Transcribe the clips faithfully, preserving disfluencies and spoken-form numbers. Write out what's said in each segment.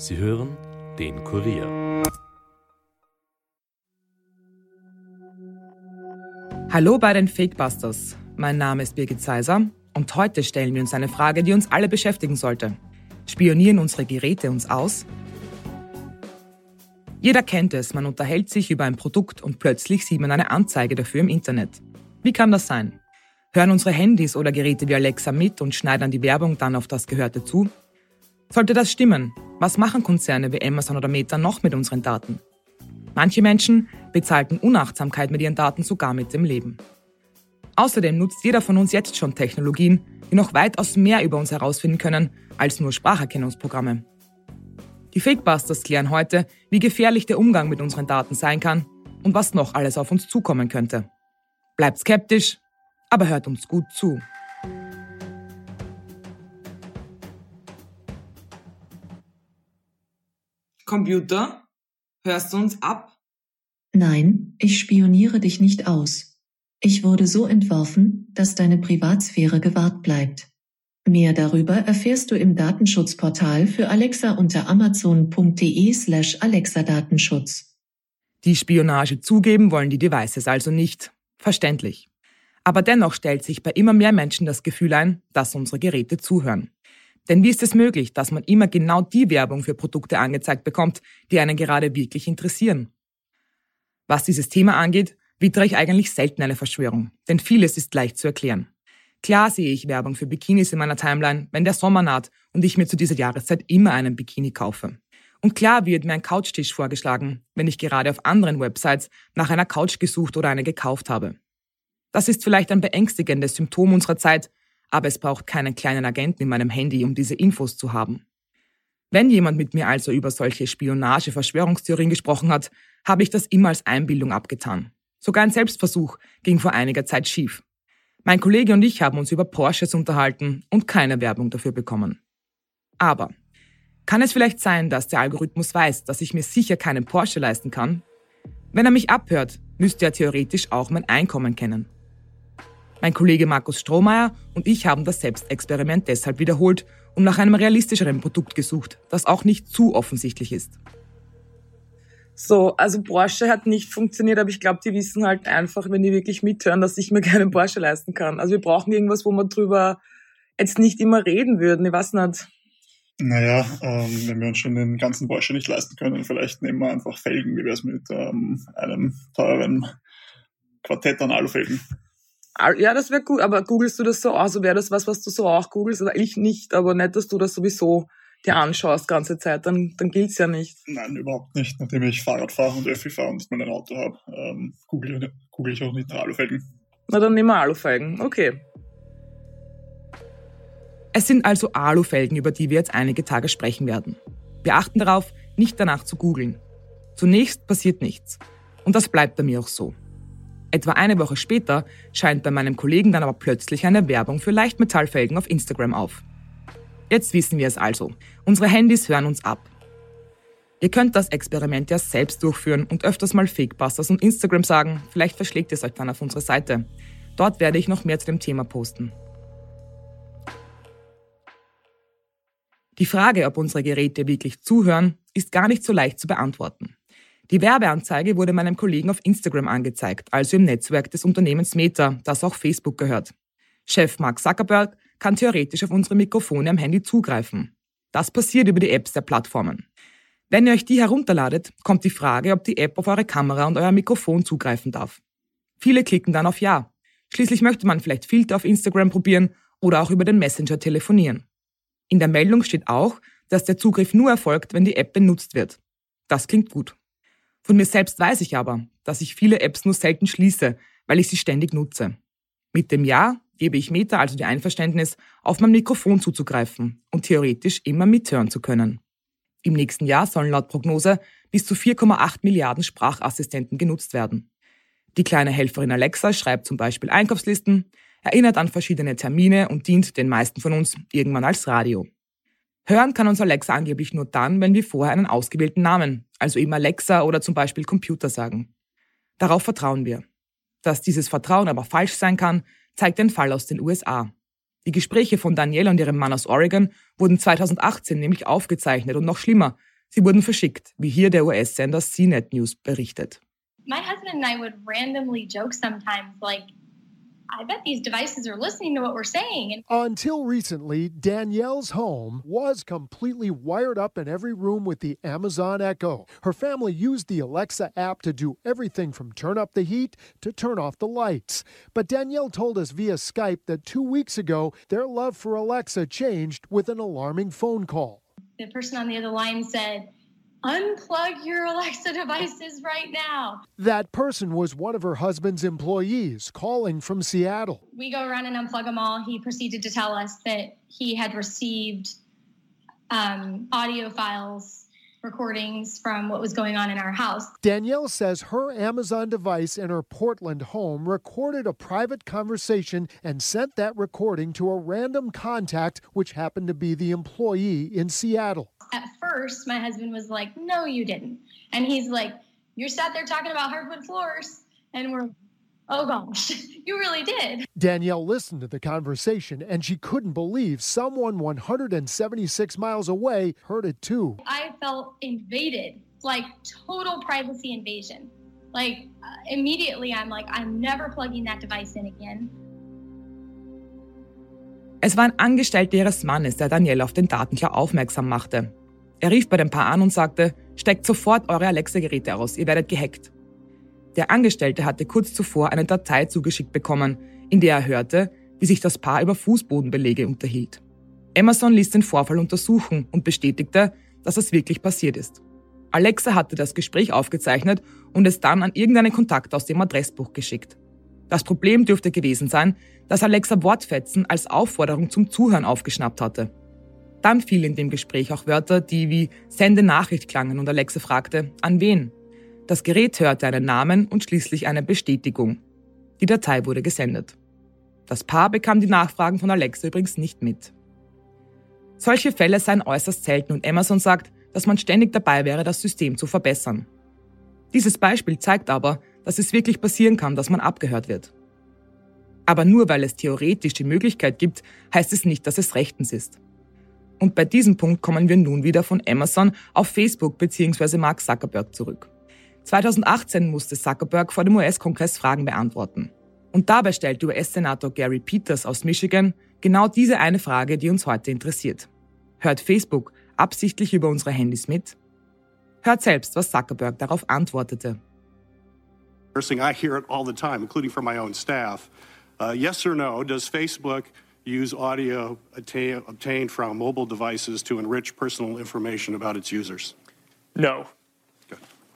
Sie hören den Kurier. Hallo bei den Fakebusters. Mein Name ist Birgit Seiser und heute stellen wir uns eine Frage, die uns alle beschäftigen sollte. Spionieren unsere Geräte uns aus? Jeder kennt es, man unterhält sich über ein Produkt und plötzlich sieht man eine Anzeige dafür im Internet. Wie kann das sein? Hören unsere Handys oder Geräte wie Alexa mit und schneiden die Werbung dann auf das Gehörte zu? Sollte das stimmen, was machen Konzerne wie Amazon oder Meta noch mit unseren Daten? Manche Menschen bezahlten Unachtsamkeit mit ihren Daten sogar mit dem Leben. Außerdem nutzt jeder von uns jetzt schon Technologien, die noch weitaus mehr über uns herausfinden können als nur Spracherkennungsprogramme. Die Fakebusters klären heute, wie gefährlich der Umgang mit unseren Daten sein kann und was noch alles auf uns zukommen könnte. Bleibt skeptisch, aber hört uns gut zu. Computer, hörst du uns ab? Nein, ich spioniere dich nicht aus. Ich wurde so entworfen, dass deine Privatsphäre gewahrt bleibt. Mehr darüber erfährst du im Datenschutzportal für Alexa unter amazon.de slash Alexa-Datenschutz. Die Spionage zugeben wollen die Devices also nicht. Verständlich. Aber dennoch stellt sich bei immer mehr Menschen das Gefühl ein, dass unsere Geräte zuhören. Denn wie ist es möglich, dass man immer genau die Werbung für Produkte angezeigt bekommt, die einen gerade wirklich interessieren? Was dieses Thema angeht, wittere ich eigentlich selten eine Verschwörung, denn vieles ist leicht zu erklären. Klar sehe ich Werbung für Bikinis in meiner Timeline, wenn der Sommer naht und ich mir zu dieser Jahreszeit immer einen Bikini kaufe. Und klar wird mir ein Couchtisch vorgeschlagen, wenn ich gerade auf anderen Websites nach einer Couch gesucht oder eine gekauft habe. Das ist vielleicht ein beängstigendes Symptom unserer Zeit, aber es braucht keinen kleinen Agenten in meinem Handy, um diese Infos zu haben. Wenn jemand mit mir also über solche Spionage-Verschwörungstheorien gesprochen hat, habe ich das immer als Einbildung abgetan. Sogar ein Selbstversuch ging vor einiger Zeit schief. Mein Kollege und ich haben uns über Porsches unterhalten und keine Werbung dafür bekommen. Aber kann es vielleicht sein, dass der Algorithmus weiß, dass ich mir sicher keinen Porsche leisten kann? Wenn er mich abhört, müsste er theoretisch auch mein Einkommen kennen. Mein Kollege Markus Strohmeier und ich haben das Selbstexperiment deshalb wiederholt und nach einem realistischeren Produkt gesucht, das auch nicht zu offensichtlich ist. So, also Porsche hat nicht funktioniert, aber ich glaube, die wissen halt einfach, wenn die wirklich mithören, dass ich mir keinen Porsche leisten kann. Also wir brauchen irgendwas, wo wir drüber jetzt nicht immer reden würden. Ich weiß nicht. Naja, ähm, wenn wir uns schon den ganzen Porsche nicht leisten können, vielleicht nehmen wir einfach Felgen. Wie wäre es mit ähm, einem teuren Quartett an Alufelgen? Ja, das wäre gut, aber googelst du das so? Also wäre das was, was du so auch googelst? Oder ich nicht, aber nicht, dass du das sowieso dir anschaust ganze Zeit, dann, dann gilt's ja nicht. Nein, überhaupt nicht. Nachdem ich Fahrrad fahre und Öffi fahre und nicht mal ein Auto habe, ähm, google, google ich auch nicht nach Alufelgen. Na, dann nehmen wir Alufelgen. Okay. Es sind also Alufelgen, über die wir jetzt einige Tage sprechen werden. Wir achten darauf, nicht danach zu googeln. Zunächst passiert nichts. Und das bleibt bei mir auch so. Etwa eine Woche später scheint bei meinem Kollegen dann aber plötzlich eine Werbung für Leichtmetallfelgen auf Instagram auf. Jetzt wissen wir es also. Unsere Handys hören uns ab. Ihr könnt das Experiment ja selbst durchführen und öfters mal Fakebusters und Instagram sagen. Vielleicht verschlägt es euch dann auf unsere Seite. Dort werde ich noch mehr zu dem Thema posten. Die Frage, ob unsere Geräte wirklich zuhören, ist gar nicht so leicht zu beantworten. Die Werbeanzeige wurde meinem Kollegen auf Instagram angezeigt, also im Netzwerk des Unternehmens Meta, das auch Facebook gehört. Chef Mark Zuckerberg kann theoretisch auf unsere Mikrofone am Handy zugreifen. Das passiert über die Apps der Plattformen. Wenn ihr euch die herunterladet, kommt die Frage, ob die App auf eure Kamera und euer Mikrofon zugreifen darf. Viele klicken dann auf Ja. Schließlich möchte man vielleicht Filter auf Instagram probieren oder auch über den Messenger telefonieren. In der Meldung steht auch, dass der Zugriff nur erfolgt, wenn die App benutzt wird. Das klingt gut. Von mir selbst weiß ich aber, dass ich viele Apps nur selten schließe, weil ich sie ständig nutze. Mit dem Ja gebe ich Meta also die Einverständnis, auf mein Mikrofon zuzugreifen und theoretisch immer mithören zu können. Im nächsten Jahr sollen laut Prognose bis zu vier Komma acht Milliarden Sprachassistenten genutzt werden. Die kleine Helferin Alexa schreibt zum Beispiel Einkaufslisten, erinnert an verschiedene Termine und dient den meisten von uns irgendwann als Radio. Hören kann uns Alexa angeblich nur dann, wenn wir vorher einen ausgewählten Namen, also eben Alexa oder zum Beispiel Computer sagen. Darauf vertrauen wir. Dass dieses Vertrauen aber falsch sein kann, zeigt ein Fall aus den U S A. Die Gespräche von Danielle und ihrem Mann aus Oregon wurden zweitausendachtzehn nämlich aufgezeichnet und noch schlimmer, Sie wurden verschickt, wie hier der U S-Sender C Net News berichtet. My husband and I would randomly joke sometimes, like, I bet these devices are listening to what we're saying. Until recently, Danielle's home was completely wired up in every room with the Amazon Echo. Her family used the Alexa app to do everything from turn up the heat to turn off the lights. But Danielle told us via Skype that two weeks ago, their love for Alexa changed with an alarming phone call. The person on the other line said, unplug your Alexa devices right now. That person was one of her husband's employees calling from Seattle. We go around and unplug them all. He proceeded to tell us that he had received um, audio files, recordings from what was going on in our house. Danielle says her Amazon device in her Portland home recorded a private conversation and sent that recording to a random contact, which happened to be the employee in Seattle. At first, my husband was like, no, you didn't. And he's like, you're sat there talking about hardwood floors. And we're, oh gosh, you really did. Danielle listened to the conversation and she couldn't believe someone one hundred seventy-six miles away heard it too. I felt invaded, like total privacy invasion. Like uh, immediately I'm like, I'm never plugging that device in again. Es war ein Angestellter ihres Mannes, der Danielle auf den Datenklau aufmerksam machte. Er rief bei dem Paar an und sagte, steckt sofort eure Alexa-Geräte aus, ihr werdet gehackt. Der Angestellte hatte kurz zuvor eine Datei zugeschickt bekommen, in der er hörte, wie sich das Paar über Fußbodenbelege unterhielt. Amazon ließ den Vorfall untersuchen und bestätigte, dass es wirklich passiert ist. Alexa hatte das Gespräch aufgezeichnet und es dann an irgendeinen Kontakt aus dem Adressbuch geschickt. Das Problem dürfte gewesen sein, dass Alexa Wortfetzen als Aufforderung zum Zuhören aufgeschnappt hatte. Dann fielen in dem Gespräch auch Wörter, die wie Sende Nachricht klangen und Alexa fragte, an wen? Das Gerät hörte einen Namen und schließlich eine Bestätigung. Die Datei wurde gesendet. Das Paar bekam die Nachfragen von Alexa übrigens nicht mit. Solche Fälle seien äußerst selten und Amazon sagt, dass man ständig dabei wäre, das System zu verbessern. Dieses Beispiel zeigt aber, dass es wirklich passieren kann, dass man abgehört wird. Aber nur weil es theoretisch die Möglichkeit gibt, heißt es nicht, dass es rechtens ist. Und bei diesem Punkt kommen wir nun wieder von Amazon auf Facebook bzw. Mark Zuckerberg zurück. zweitausendachtzehn musste Zuckerberg vor dem U S-Kongress Fragen beantworten. Und dabei stellte U S-Senator Gary Peters aus Michigan genau diese eine Frage, die uns heute interessiert. Hört Facebook absichtlich über unsere Handys mit? Hört selbst, was Zuckerberg darauf antwortete. First thing, I hear it all the time, including from my own staff. Uh, yes or no, does Facebook use audio attain, obtained from mobile devices to enrich personal information about its users? No. Good.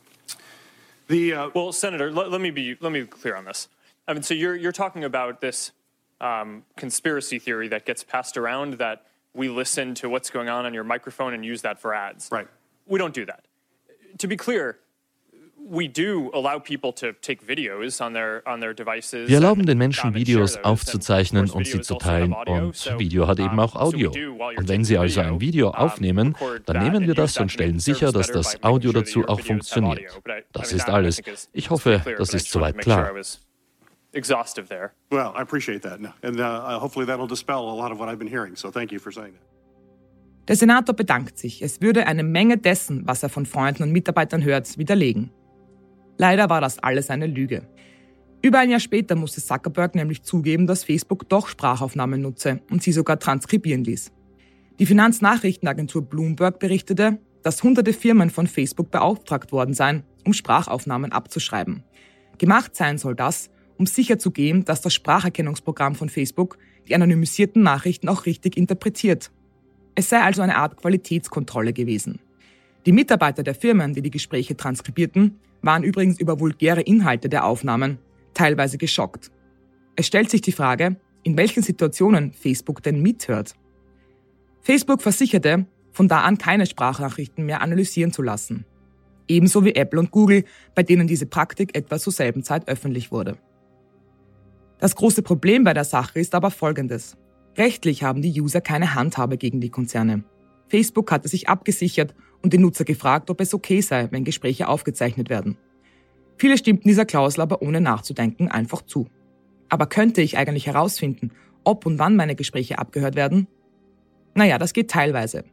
The uh, well, Senator, let, let me be let me be clear on this. I mean, so you're you're talking about this um, conspiracy theory that gets passed around that we listen to what's going on on your microphone and use that for ads. Right. We don't do that. To be clear, we do allow people to take videos on their on their devices. Wir erlauben den Menschen, Videos aufzuzeichnen und sie zu teilen. Und Video hat eben auch Audio. Und wenn sie also ein Video aufnehmen, dann nehmen wir das und stellen sicher, dass das Audio dazu auch funktioniert. Das ist alles. Ich hoffe, das ist soweit klar. Exhaustive there. Well, I appreciate that. And uh, hopefully that'll dispel a lot of what I've been hearing. So thank you for saying that. Der Senator bedankt sich. Es würde eine Menge dessen, was er von Freunden und Mitarbeitern hört, widerlegen. Leider war das alles eine Lüge. Über ein Jahr später musste Zuckerberg nämlich zugeben, dass Facebook doch Sprachaufnahmen nutze und sie sogar transkribieren ließ. Die Finanznachrichtenagentur Bloomberg berichtete, dass hunderte Firmen von Facebook beauftragt worden seien, um Sprachaufnahmen abzuschreiben. Gemacht sein soll das, um sicherzugehen, dass das Spracherkennungsprogramm von Facebook die anonymisierten Nachrichten auch richtig interpretiert. Es sei also eine Art Qualitätskontrolle gewesen. Die Mitarbeiter der Firmen, die die Gespräche transkribierten, waren übrigens über vulgäre Inhalte der Aufnahmen teilweise geschockt. Es stellt sich die Frage, in welchen Situationen Facebook denn mithört. Facebook versicherte, von da an keine Sprachnachrichten mehr analysieren zu lassen. Ebenso wie Apple und Google, bei denen diese Praktik etwa zur selben Zeit öffentlich wurde. Das große Problem bei der Sache ist aber folgendes. Rechtlich haben die User keine Handhabe gegen die Konzerne. Facebook hatte sich abgesichert und den Nutzer gefragt, ob es okay sei, wenn Gespräche aufgezeichnet werden. Viele stimmten dieser Klausel aber ohne nachzudenken einfach zu. Aber könnte ich eigentlich herausfinden, ob und wann meine Gespräche abgehört werden? Naja, das geht teilweise.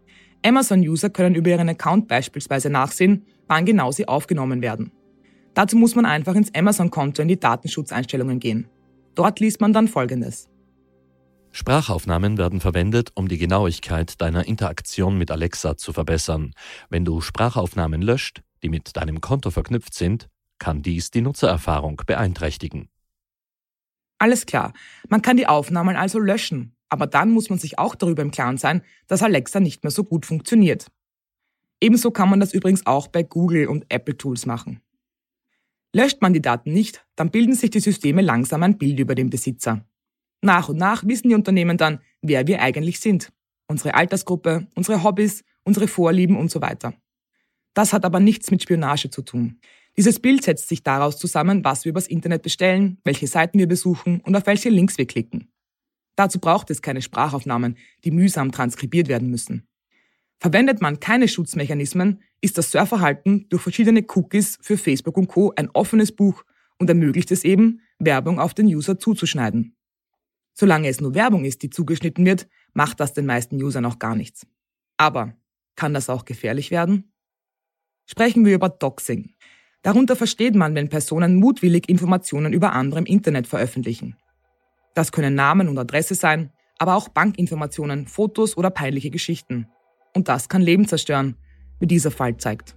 Amazon-User können über ihren Account beispielsweise nachsehen, wann genau sie aufgenommen werden. Dazu muss man einfach ins Amazon-Konto in die Datenschutzeinstellungen gehen. Dort liest man dann Folgendes. Sprachaufnahmen werden verwendet, um die Genauigkeit deiner Interaktion mit Alexa zu verbessern. Wenn du Sprachaufnahmen löscht, die mit deinem Konto verknüpft sind, kann dies die Nutzererfahrung beeinträchtigen. Alles klar, man kann die Aufnahmen also löschen, aber dann muss man sich auch darüber im Klaren sein, dass Alexa nicht mehr so gut funktioniert. Ebenso kann man das übrigens auch bei Google und Apple Tools machen. Löscht man die Daten nicht, dann bilden sich die Systeme langsam ein Bild über den Besitzer. Nach und nach wissen die Unternehmen dann, wer wir eigentlich sind. Unsere Altersgruppe, unsere Hobbys, unsere Vorlieben und so weiter. Das hat aber nichts mit Spionage zu tun. Dieses Bild setzt sich daraus zusammen, was wir übers Internet bestellen, welche Seiten wir besuchen und auf welche Links wir klicken. Dazu braucht es keine Sprachaufnahmen, die mühsam transkribiert werden müssen. Verwendet man keine Schutzmechanismen, ist das Surfverhalten durch verschiedene Cookies für Facebook und Co. ein offenes Buch und ermöglicht es eben, Werbung auf den User zuzuschneiden. Solange es nur Werbung ist, die zugeschnitten wird, macht das den meisten Usern auch gar nichts. Aber kann das auch gefährlich werden? Sprechen wir über Doxing. Darunter versteht man, wenn Personen mutwillig Informationen über andere im Internet veröffentlichen. Das können Namen und Adresse sein, aber auch Bankinformationen, Fotos oder peinliche Geschichten. Und das kann Leben zerstören, wie dieser Fall zeigt.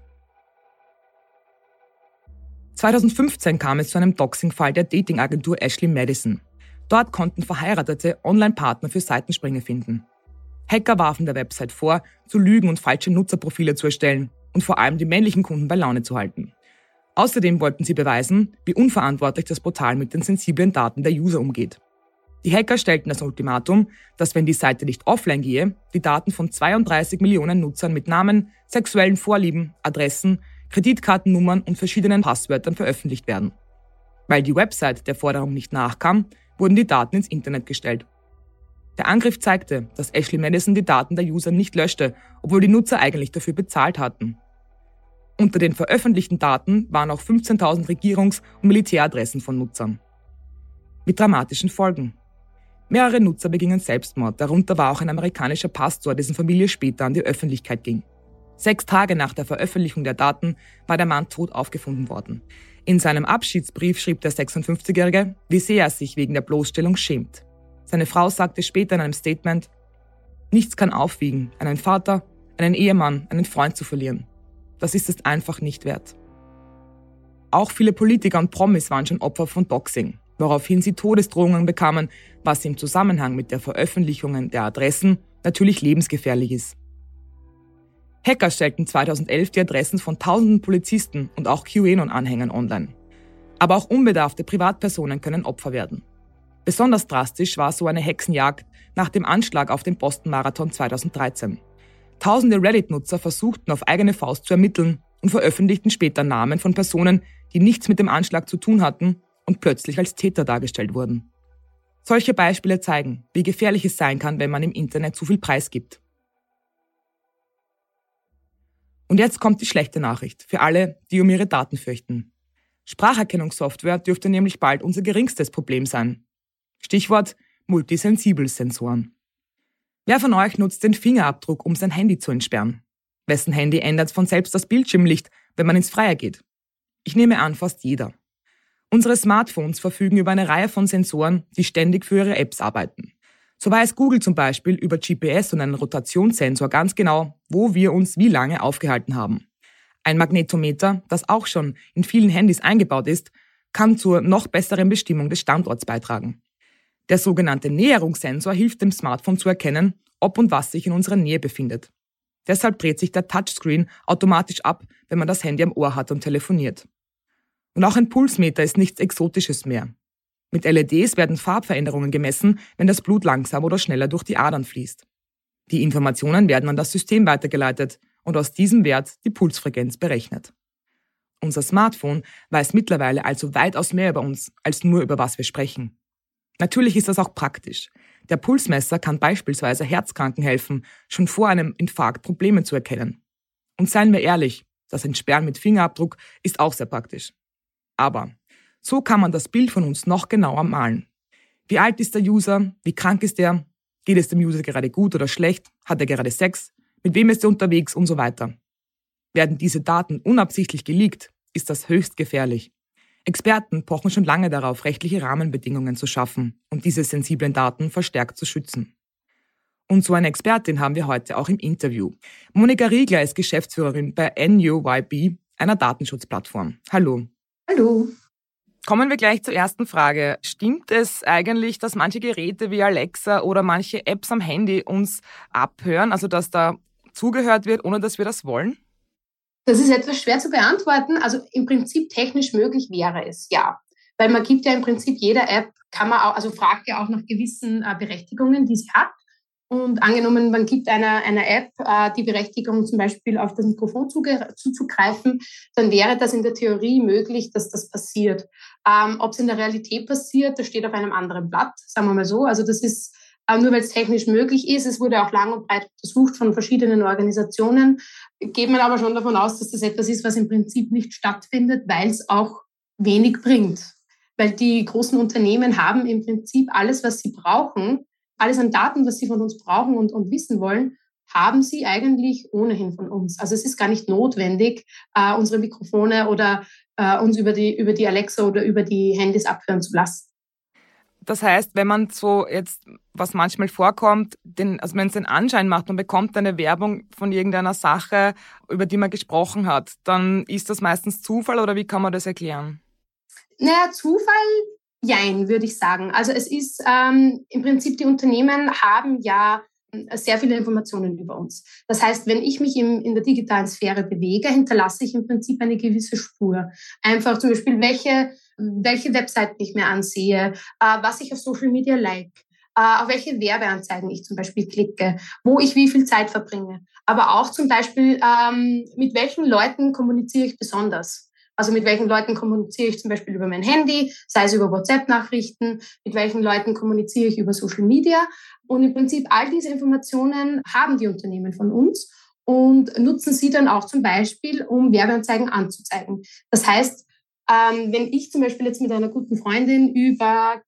zweitausendfünfzehn kam es zu einem Doxing-Fall der Datingagentur Ashley Madison. Dort konnten Verheiratete Online-Partner für Seitensprünge finden. Hacker warfen der Website vor, zu lügen und falsche Nutzerprofile zu erstellen und vor allem die männlichen Kunden bei Laune zu halten. Außerdem wollten sie beweisen, wie unverantwortlich das Portal mit den sensiblen Daten der User umgeht. Die Hacker stellten das Ultimatum, dass wenn die Seite nicht offline gehe, die Daten von zweiunddreißig Millionen Nutzern mit Namen, sexuellen Vorlieben, Adressen, Kreditkartennummern und verschiedenen Passwörtern veröffentlicht werden. Weil die Website der Forderung nicht nachkam, wurden die Daten ins Internet gestellt. Der Angriff zeigte, dass Ashley Madison die Daten der User nicht löschte, obwohl die Nutzer eigentlich dafür bezahlt hatten. Unter den veröffentlichten Daten waren auch fünfzehntausend Regierungs- und Militäradressen von Nutzern. Mit dramatischen Folgen. Mehrere Nutzer begingen Selbstmord, darunter war auch ein amerikanischer Pastor, dessen Familie später an die Öffentlichkeit ging. Sechs Tage nach der Veröffentlichung der Daten war der Mann tot aufgefunden worden. In seinem Abschiedsbrief schrieb der sechsundfünfzigjährige, wie sehr er sich wegen der Bloßstellung schämt. Seine Frau sagte später in einem Statement, nichts kann aufwiegen, einen Vater, einen Ehemann, einen Freund zu verlieren. Das ist es einfach nicht wert. Auch viele Politiker und Promis waren schon Opfer von Doxing, woraufhin sie Todesdrohungen bekamen, was im Zusammenhang mit der Veröffentlichung der Adressen natürlich lebensgefährlich ist. Hacker stellten zweitausendelf die Adressen von tausenden Polizisten und auch QAnon-Anhängern online. Aber auch unbedarfte Privatpersonen können Opfer werden. Besonders drastisch war so eine Hexenjagd nach dem Anschlag auf den Boston-Marathon zweitausenddreizehn. Tausende Reddit-Nutzer versuchten auf eigene Faust zu ermitteln und veröffentlichten später Namen von Personen, die nichts mit dem Anschlag zu tun hatten und plötzlich als Täter dargestellt wurden. Solche Beispiele zeigen, wie gefährlich es sein kann, wenn man im Internet zu viel preisgibt. Und jetzt kommt die schlechte Nachricht für alle, die um ihre Daten fürchten. Spracherkennungssoftware dürfte nämlich bald unser geringstes Problem sein. Stichwort Multisensible-Sensoren. Wer von euch nutzt den Fingerabdruck, um sein Handy zu entsperren? Wessen Handy ändert von selbst das Bildschirmlicht, wenn man ins Freie geht? Ich nehme an, fast jeder. Unsere Smartphones verfügen über eine Reihe von Sensoren, die ständig für ihre Apps arbeiten. So weiß Google zum Beispiel über G P S und einen Rotationssensor ganz genau, wo wir uns wie lange aufgehalten haben. Ein Magnetometer, das auch schon in vielen Handys eingebaut ist, kann zur noch besseren Bestimmung des Standorts beitragen. Der sogenannte Näherungssensor hilft dem Smartphone zu erkennen, ob und was sich in unserer Nähe befindet. Deshalb dreht sich der Touchscreen automatisch ab, wenn man das Handy am Ohr hat und telefoniert. Und auch ein Pulsmeter ist nichts Exotisches mehr. Mit L E Ds werden Farbveränderungen gemessen, wenn das Blut langsam oder schneller durch die Adern fließt. Die Informationen werden an das System weitergeleitet und aus diesem Wert die Pulsfrequenz berechnet. Unser Smartphone weiß mittlerweile also weitaus mehr über uns, als nur über was wir sprechen. Natürlich ist das auch praktisch. Der Pulsmesser kann beispielsweise Herzkranken helfen, schon vor einem Infarkt Probleme zu erkennen. Und seien wir ehrlich, das Entsperren mit Fingerabdruck ist auch sehr praktisch. Aber so kann man das Bild von uns noch genauer malen. Wie alt ist der User? Wie krank ist er? Geht es dem User gerade gut oder schlecht? Hat er gerade Sex? Mit wem ist er unterwegs und so weiter. Werden diese Daten unabsichtlich geleakt, ist das höchst gefährlich. Experten pochen schon lange darauf, rechtliche Rahmenbedingungen zu schaffen, um diese sensiblen Daten verstärkt zu schützen. Und so eine Expertin haben wir heute auch im Interview. Monika Riegler ist Geschäftsführerin bei N U Y B, einer Datenschutzplattform. Hallo. Hallo. Kommen wir gleich zur ersten Frage. Stimmt es eigentlich, dass manche Geräte wie Alexa oder manche Apps am Handy uns abhören, also dass da zugehört wird, ohne dass wir das wollen? Das ist etwas schwer zu beantworten. Also im Prinzip technisch möglich wäre es, ja. Weil man gibt ja im Prinzip jeder App, kann man auch, also fragt ja auch nach gewissen äh, Berechtigungen, die sie hat. Und angenommen, man gibt einer, einer App äh, die Berechtigung, zum Beispiel auf das Mikrofon zuge- zuzugreifen, dann wäre das in der Theorie möglich, dass das passiert. Ähm, ob es in der Realität passiert, das steht auf einem anderen Blatt, sagen wir mal so. Also das ist äh, nur, weil es technisch möglich ist. Es wurde auch lang und breit untersucht von verschiedenen Organisationen. Geht man aber schon davon aus, dass das etwas ist, was im Prinzip nicht stattfindet, weil es auch wenig bringt. Weil die großen Unternehmen haben im Prinzip alles, was sie brauchen, alles an Daten, was sie von uns brauchen und, und wissen wollen, haben sie eigentlich ohnehin von uns. Also es ist gar nicht notwendig, äh, unsere Mikrofone oder äh, uns über die, über die Alexa oder über die Handys abhören zu lassen. Das heißt, wenn man so jetzt, was manchmal vorkommt, den, also wenn es den Anschein macht, man bekommt eine Werbung von irgendeiner Sache, über die man gesprochen hat, dann ist das meistens Zufall oder wie kann man das erklären? Naja, Zufall, jein, würde ich sagen. Also es ist ähm, im Prinzip, die Unternehmen haben ja sehr viele Informationen über uns. Das heißt, wenn ich mich im, in der digitalen Sphäre bewege, hinterlasse ich im Prinzip eine gewisse Spur. Einfach zum Beispiel, welche, welche Webseiten ich mir ansehe, äh, was ich auf Social Media like, äh, auf welche Werbeanzeigen ich zum Beispiel klicke, wo ich wie viel Zeit verbringe. Aber auch zum Beispiel, ähm, mit welchen Leuten kommuniziere ich besonders. Also mit welchen Leuten kommuniziere ich zum Beispiel über mein Handy, sei es über WhatsApp-Nachrichten, mit welchen Leuten kommuniziere ich über Social Media. Und im Prinzip all diese Informationen haben die Unternehmen von uns und nutzen sie dann auch zum Beispiel, um Werbeanzeigen anzuzeigen. Das heißt, ähm, wenn ich zum Beispiel jetzt mit einer guten Freundin über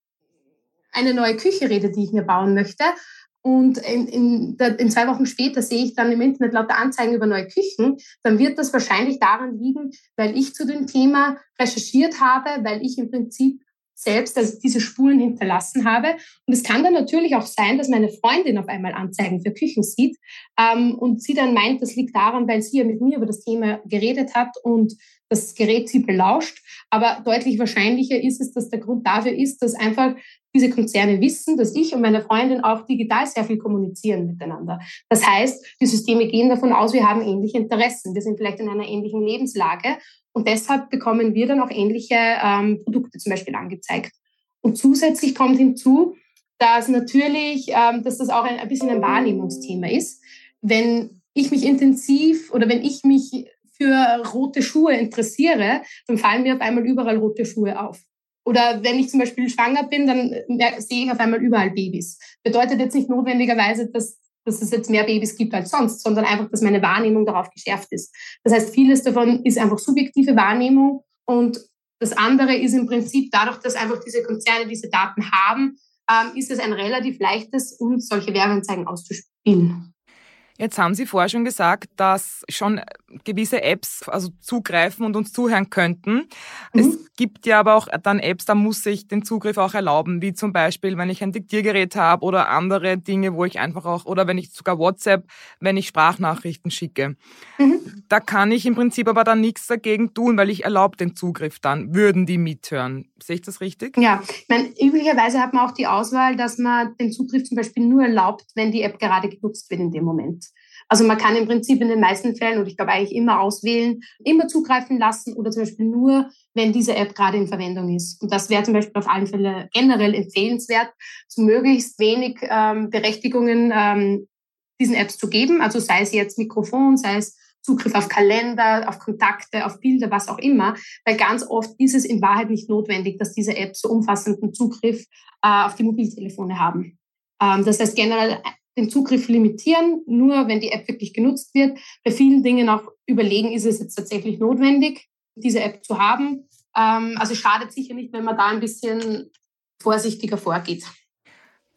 eine neue Küche rede, die ich mir bauen möchte, und in, in, in zwei Wochen später sehe ich dann im Internet lauter Anzeigen über neue Küchen, dann wird das wahrscheinlich daran liegen, weil ich zu dem Thema recherchiert habe, weil ich im Prinzip selbst also diese Spuren hinterlassen habe. Und es kann dann natürlich auch sein, dass meine Freundin auf einmal Anzeigen für Küchen sieht ähm, und sie dann meint, das liegt daran, weil sie ja mit mir über das Thema geredet hat und das Gerät sie belauscht. Aber deutlich wahrscheinlicher ist es, dass der Grund dafür ist, dass einfach diese Konzerne wissen, dass ich und meine Freundin auch digital sehr viel kommunizieren miteinander. Das heißt, die Systeme gehen davon aus, wir haben ähnliche Interessen. Wir sind vielleicht in einer ähnlichen Lebenslage und deshalb bekommen wir dann auch ähnliche ähm, Produkte zum Beispiel angezeigt. Und zusätzlich kommt hinzu, dass natürlich, ähm, dass das auch ein, ein bisschen ein Wahrnehmungsthema ist. Wenn ich mich intensiv oder wenn ich mich für rote Schuhe interessiere, dann fallen mir auf einmal überall rote Schuhe auf. Oder wenn ich zum Beispiel schwanger bin, dann sehe ich auf einmal überall Babys. Bedeutet jetzt nicht notwendigerweise, dass, dass es jetzt mehr Babys gibt als sonst, sondern einfach, dass meine Wahrnehmung darauf geschärft ist. Das heißt, vieles davon ist einfach subjektive Wahrnehmung und das andere ist im Prinzip dadurch, dass einfach diese Konzerne diese Daten haben, ähm, ist es ein relativ leichtes, uns solche Werbeanzeigen auszuspielen. Jetzt haben Sie vorher schon gesagt, dass schon gewisse Apps also zugreifen und uns zuhören könnten. Mhm. Es gibt ja aber auch dann Apps, da muss ich den Zugriff auch erlauben, wie zum Beispiel, wenn ich ein Diktiergerät habe oder andere Dinge, wo ich einfach auch, oder wenn ich sogar WhatsApp, wenn ich Sprachnachrichten schicke. Mhm. Da kann ich im Prinzip aber dann nichts dagegen tun, weil ich erlaube den Zugriff dann. Würden die mithören? Sehe ich das richtig? Ja, ich meine, üblicherweise hat man auch die Auswahl, dass man den Zugriff zum Beispiel nur erlaubt, wenn die App gerade genutzt wird in dem Moment. Also man kann im Prinzip in den meisten Fällen, und ich glaube eigentlich immer auswählen, immer zugreifen lassen oder zum Beispiel nur, wenn diese App gerade in Verwendung ist. Und das wäre zum Beispiel auf alle Fälle generell empfehlenswert, zu möglichst wenig ähm, Berechtigungen ähm, diesen Apps zu geben. Also sei es jetzt Mikrofon, sei es Zugriff auf Kalender, auf Kontakte, auf Bilder, was auch immer. Weil ganz oft ist es in Wahrheit nicht notwendig, dass diese Apps so umfassenden Zugriff äh, auf die Mobiltelefone haben. Ähm, das heißt generell den Zugriff limitieren, nur wenn die App wirklich genutzt wird. Bei vielen Dingen auch überlegen, ist es jetzt tatsächlich notwendig, diese App zu haben. Ähm, also schadet sicher nicht, wenn man da ein bisschen vorsichtiger vorgeht.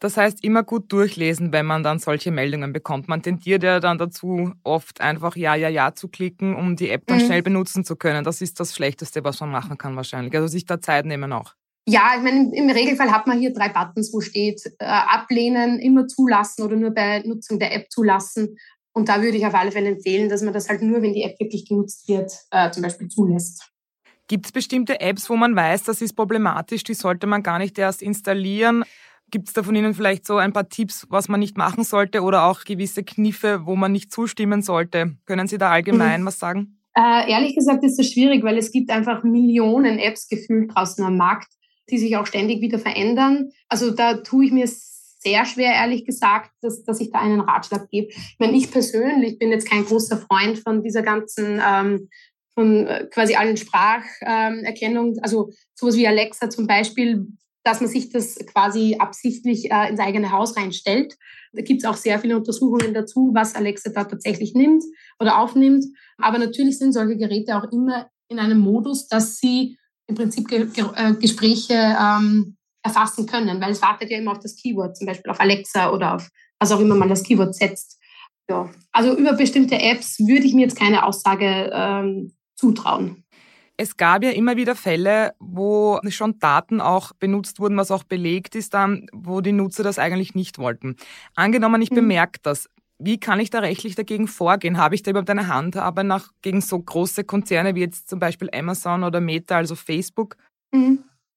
Das heißt, immer gut durchlesen, wenn man dann solche Meldungen bekommt. Man tendiert ja dann dazu, oft einfach Ja, Ja, Ja zu klicken, um die App dann mhm. schnell benutzen zu können. Das ist das Schlechteste, was man machen kann wahrscheinlich. Also sich da Zeit nehmen auch. Ja, ich meine, im Regelfall hat man hier drei Buttons, wo steht äh, ablehnen, immer zulassen oder nur bei Nutzung der App zulassen. Und da würde ich auf alle Fälle empfehlen, dass man das halt nur, wenn die App wirklich genutzt wird, äh, zum Beispiel zulässt. Gibt es bestimmte Apps, wo man weiß, das ist problematisch, die sollte man gar nicht erst installieren? Gibt es da von Ihnen vielleicht so ein paar Tipps, was man nicht machen sollte oder auch gewisse Kniffe, wo man nicht zustimmen sollte? Können Sie da allgemein mhm. was sagen? Äh, ehrlich gesagt ist das schwierig, weil es gibt einfach Millionen Apps gefühlt draußen am Markt, die sich auch ständig wieder verändern. Also da tue ich mir sehr schwer, ehrlich gesagt, dass, dass ich da einen Ratschlag gebe. Ich meine, ich persönlich bin jetzt kein großer Freund von dieser ganzen, ähm, von quasi allen Spracherkennung, also sowas wie Alexa zum Beispiel, dass man sich das quasi absichtlich äh, ins eigene Haus reinstellt. Da gibt es auch sehr viele Untersuchungen dazu, was Alexa da tatsächlich nimmt oder aufnimmt. Aber natürlich sind solche Geräte auch immer in einem Modus, dass sie im Prinzip Ge- Ge- äh, Gespräche ähm, erfassen können, weil es wartet ja immer auf das Keyword, zum Beispiel auf Alexa oder auf was auch immer man das Keyword setzt. Ja. Also über bestimmte Apps würde ich mir jetzt keine Aussage ähm, zutrauen. Es gab ja immer wieder Fälle, wo schon Daten auch benutzt wurden, was auch belegt ist, dann, wo die Nutzer das eigentlich nicht wollten. Angenommen, ich mhm. bemerke das. Wie kann ich da rechtlich dagegen vorgehen? Habe ich da überhaupt eine Handhabe nach, gegen so große Konzerne wie jetzt zum Beispiel Amazon oder Meta, also Facebook? Mhm.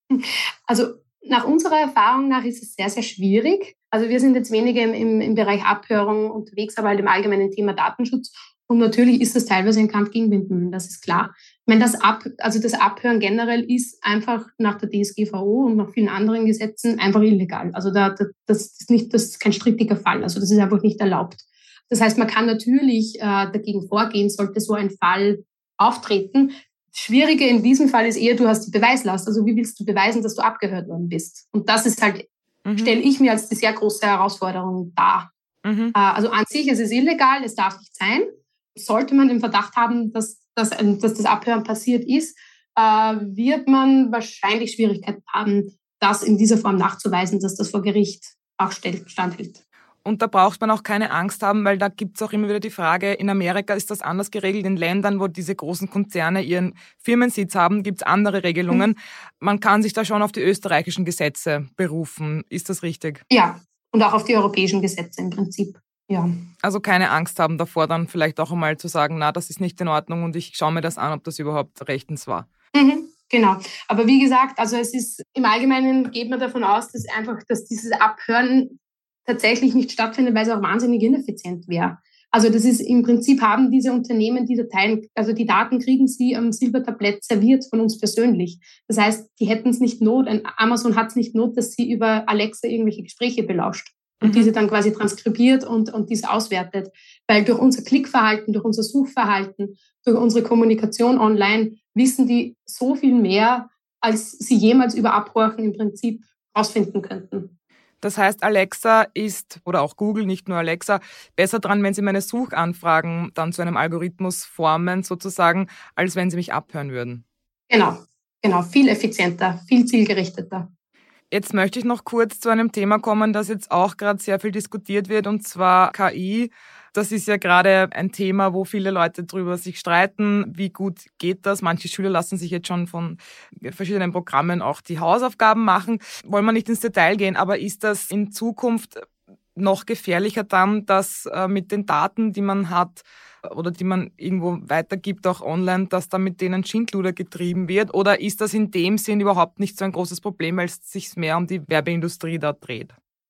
Also nach unserer Erfahrung nach ist es sehr, sehr schwierig. Also wir sind jetzt weniger im, im, im Bereich Abhörung unterwegs, aber halt im allgemeinen Thema Datenschutz. Und natürlich ist das teilweise ein Kampf gegen Windmühlen, das ist klar. Ich meine, das, Ab, also das Abhören generell ist einfach nach der D S G V O und nach vielen anderen Gesetzen einfach illegal. Also da, das, ist nicht, das ist kein strittiger Fall, also das ist einfach nicht erlaubt. Das heißt, man kann natürlich äh, dagegen vorgehen, sollte so ein Fall auftreten. Das Schwierige in diesem Fall ist eher, du hast die Beweislast. Also wie willst du beweisen, dass du abgehört worden bist? Und das ist halt, mhm. stelle ich mir als die sehr große Herausforderung dar. Mhm. Äh, also an sich ist es illegal, es darf nicht sein. Sollte man den Verdacht haben, dass, dass, dass das Abhören passiert ist, äh, wird man wahrscheinlich Schwierigkeiten haben, das in dieser Form nachzuweisen, dass das vor Gericht auch standhält. Und da braucht man auch keine Angst haben, weil da gibt es auch immer wieder die Frage, in Amerika ist das anders geregelt, in Ländern, wo diese großen Konzerne ihren Firmensitz haben, gibt es andere Regelungen. Mhm. Man kann sich da schon auf die österreichischen Gesetze berufen. Ist das richtig? Ja, und auch auf die europäischen Gesetze im Prinzip. Ja. Also keine Angst haben davor, dann vielleicht auch einmal zu sagen, na, das ist nicht in Ordnung und ich schaue mir das an, ob das überhaupt rechtens war. Mhm, genau. Aber wie gesagt, also es ist im Allgemeinen geht man davon aus, dass einfach, dass dieses Abhören tatsächlich nicht stattfindet, weil es auch wahnsinnig ineffizient wäre. Also das ist im Prinzip haben diese Unternehmen die Dateien, also die Daten kriegen sie am Silbertablett serviert von uns persönlich. Das heißt, die hätten es nicht not, Amazon hat es nicht not, dass sie über Alexa irgendwelche Gespräche belauscht. Und mhm. diese dann quasi transkribiert und, und diese auswertet. Weil durch unser Klickverhalten, durch unser Suchverhalten, durch unsere Kommunikation online wissen die so viel mehr, als sie jemals über Abhorchen im Prinzip rausfinden könnten. Das heißt, Alexa ist, oder auch Google, nicht nur Alexa, besser dran, wenn sie meine Suchanfragen dann zu einem Algorithmus formen, sozusagen, als wenn sie mich abhören würden. Genau, genau, viel effizienter, viel zielgerichteter. Jetzt möchte ich noch kurz zu einem Thema kommen, das jetzt auch gerade sehr viel diskutiert wird, und zwar K I. Das ist ja gerade ein Thema, wo viele Leute drüber sich streiten. Wie gut geht das? Manche Schüler lassen sich jetzt schon von verschiedenen Programmen auch die Hausaufgaben machen. Wollen wir nicht ins Detail gehen, aber ist das in Zukunft noch gefährlicher dann, dass äh, mit den Daten, die man hat oder die man irgendwo weitergibt, auch online, dass da mit denen Schindluder getrieben wird? Oder ist das in dem Sinn überhaupt nicht so ein großes Problem, weil es sich mehr um die Werbeindustrie da dreht?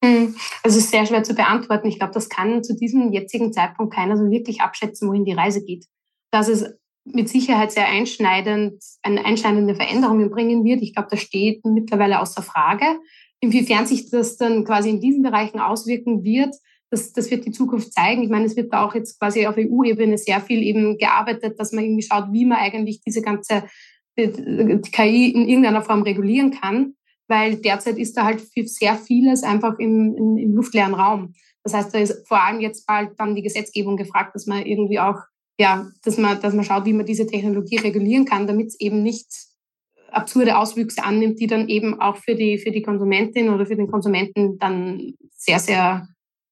Das ist sehr schwer zu beantworten. Ich glaube, das kann zu diesem jetzigen Zeitpunkt keiner so wirklich abschätzen, wohin die Reise geht. Dass es mit Sicherheit sehr einschneidend, eine einschneidende Veränderungen bringen wird, ich glaube, das steht mittlerweile außer Frage. Inwiefern sich das dann quasi in diesen Bereichen auswirken wird, das, das wird die Zukunft zeigen. Ich meine, es wird da auch jetzt quasi auf E U-Ebene sehr viel eben gearbeitet, dass man irgendwie schaut, wie man eigentlich diese ganze die, die K I in irgendeiner Form regulieren kann. Weil derzeit ist da halt sehr vieles einfach im, im, im luftleeren Raum. Das heißt, da ist vor allem jetzt bald dann die Gesetzgebung gefragt, dass man irgendwie auch, ja, dass man, dass man schaut, wie man diese Technologie regulieren kann, damit es eben nicht absurde Auswüchse annimmt, die dann eben auch für die, für die Konsumentin oder für den Konsumenten dann sehr, sehr,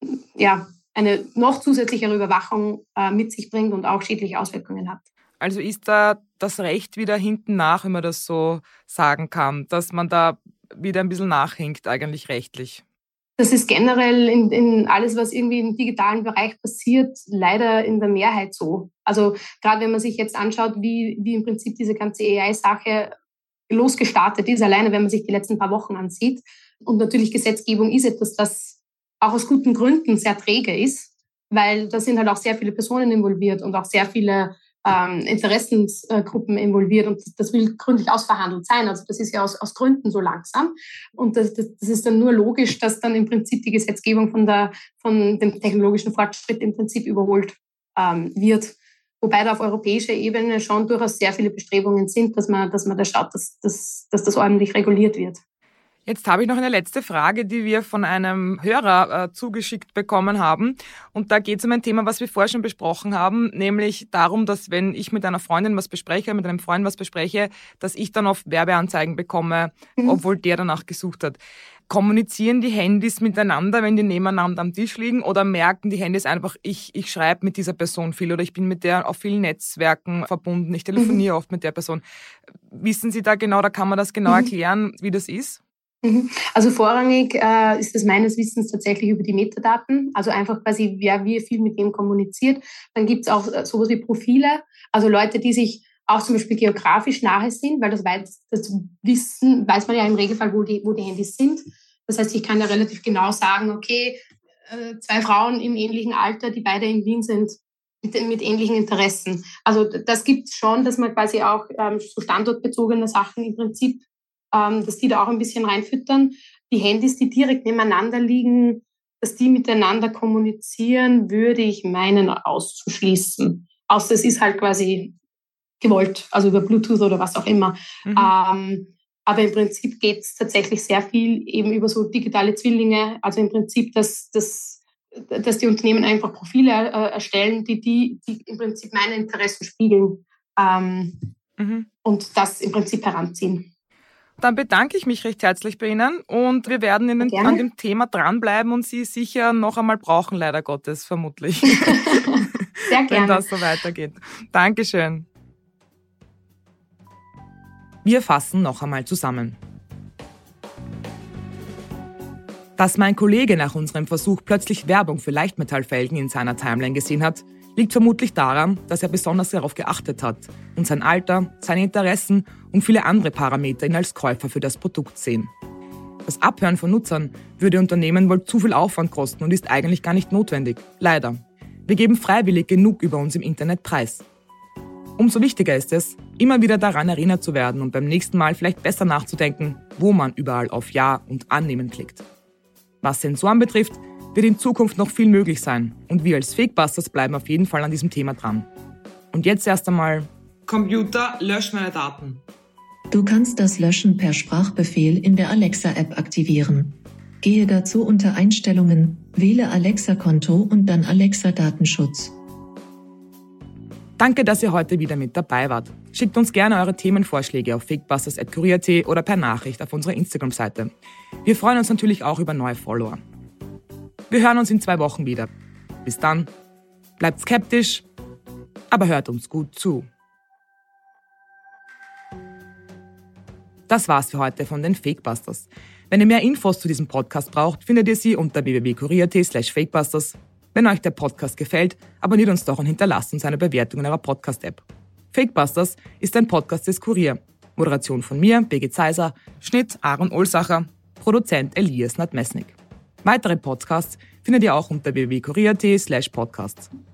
ja, eine noch zusätzlichere Überwachung äh, mit sich bringt und auch schädliche Auswirkungen hat. Also ist da das Recht wieder hinten nach, wenn man das so sagen kann, dass man da wieder ein bisschen nachhinkt eigentlich rechtlich? Das ist generell in, in alles, was irgendwie im digitalen Bereich passiert, leider in der Mehrheit so. Also gerade wenn man sich jetzt anschaut, wie, wie im Prinzip diese ganze A I-Sache losgestartet ist, alleine wenn man sich die letzten paar Wochen ansieht. Und natürlich Gesetzgebung ist etwas, das auch aus guten Gründen sehr träge ist, weil da sind halt auch sehr viele Personen involviert und auch sehr viele ähm, Interessensgruppen involviert und das will gründlich ausverhandelt sein. Also das ist ja aus, aus Gründen so langsam und das, das, das ist dann nur logisch, dass dann im Prinzip die Gesetzgebung von, der, von dem technologischen Fortschritt im Prinzip überholt ähm, wird. Wobei da auf europäischer Ebene schon durchaus sehr viele Bestrebungen sind, dass man, dass man da schaut, dass, dass, dass das ordentlich reguliert wird. Jetzt habe ich noch eine letzte Frage, die wir von einem Hörer äh, zugeschickt bekommen haben. Und da geht es um ein Thema, was wir vorher schon besprochen haben, nämlich darum, dass wenn ich mit einer Freundin was bespreche, mit einem Freund was bespreche, dass ich dann oft Werbeanzeigen bekomme, mhm. obwohl der danach gesucht hat. Kommunizieren die Handys miteinander, wenn die nebeneinander am Tisch liegen, oder merken die Handys einfach, ich, ich schreibe mit dieser Person viel oder ich bin mit der auf vielen Netzwerken verbunden, ich telefoniere mhm. oft mit der Person. Wissen Sie da genau, da kann man das genau mhm. erklären, wie das ist? Also vorrangig äh, ist das meines Wissens tatsächlich über die Metadaten, also einfach quasi, wer wie viel mit wem kommuniziert. Dann gibt es auch sowas wie Profile, also Leute, die sich auch zum Beispiel geografisch nahe sind, weil das, weiß, das Wissen weiß man ja im Regelfall, wo die, wo die Handys sind. Das heißt, ich kann ja relativ genau sagen, okay, äh, zwei Frauen im ähnlichen Alter, die beide in Wien sind, mit, mit ähnlichen Interessen. Also das gibt es schon, dass man quasi auch ähm, so standortbezogene Sachen im Prinzip dass die da auch ein bisschen reinfüttern. Die Handys, die direkt nebeneinander liegen, dass die miteinander kommunizieren, würde ich meinen auszuschließen. Außer es ist halt quasi gewollt, also über Bluetooth oder was auch immer. Mhm. Ähm, aber im Prinzip geht es tatsächlich sehr viel eben über so digitale Zwillinge. Also im Prinzip, dass, dass, dass die Unternehmen einfach Profile äh, erstellen, die, die, die im Prinzip meine Interessen spiegeln ähm, mhm. und das im Prinzip heranziehen. Dann bedanke ich mich recht herzlich bei Ihnen und wir werden in den, an dem Thema dranbleiben und Sie sicher noch einmal brauchen, leider Gottes, vermutlich. Sehr gerne. Wenn das so weitergeht. Dankeschön. Wir fassen noch einmal zusammen. Dass mein Kollege nach unserem Versuch plötzlich Werbung für Leichtmetallfelgen in seiner Timeline gesehen hat, liegt vermutlich daran, dass er besonders darauf geachtet hat und sein Alter, seine Interessen und viele andere Parameter ihn als Käufer für das Produkt sehen. Das Abhören von Nutzern würde Unternehmen wohl zu viel Aufwand kosten und ist eigentlich gar nicht notwendig. Leider. Wir geben freiwillig genug über uns im Internet preis. Umso wichtiger ist es, immer wieder daran erinnert zu werden und beim nächsten Mal vielleicht besser nachzudenken, wo man überall auf Ja und Annehmen klickt. Was Sensoren betrifft, wird in Zukunft noch viel möglich sein und wir als Fakebusters bleiben auf jeden Fall an diesem Thema dran. Und jetzt erst einmal: Computer, lösch meine Daten. Du kannst das Löschen per Sprachbefehl in der Alexa-App aktivieren. Gehe dazu unter Einstellungen, wähle Alexa-Konto und dann Alexa-Datenschutz. Danke, dass ihr heute wieder mit dabei wart. Schickt uns gerne eure Themenvorschläge auf fakebusters at kurier punkt at oder per Nachricht auf unserer Instagram-Seite. Wir freuen uns natürlich auch über neue Follower. Wir hören uns in zwei Wochen wieder. Bis dann, bleibt skeptisch, aber hört uns gut zu. Das war's für heute von den Fakebusters. Wenn ihr mehr Infos zu diesem Podcast braucht, findet ihr sie unter w w w punkt kurier punkt at slash fakebusters. Wenn euch der Podcast gefällt, abonniert uns doch und hinterlasst uns eine Bewertung in eurer Podcast-App. Fakebusters ist ein Podcast des Kurier. Moderation von mir, Birgit Zeiser, Schnitt Aaron Olsacher, Produzent Elias Nadmesnik. Weitere Podcasts findet ihr auch unter w w w punkt kurier punkt at slash podcasts.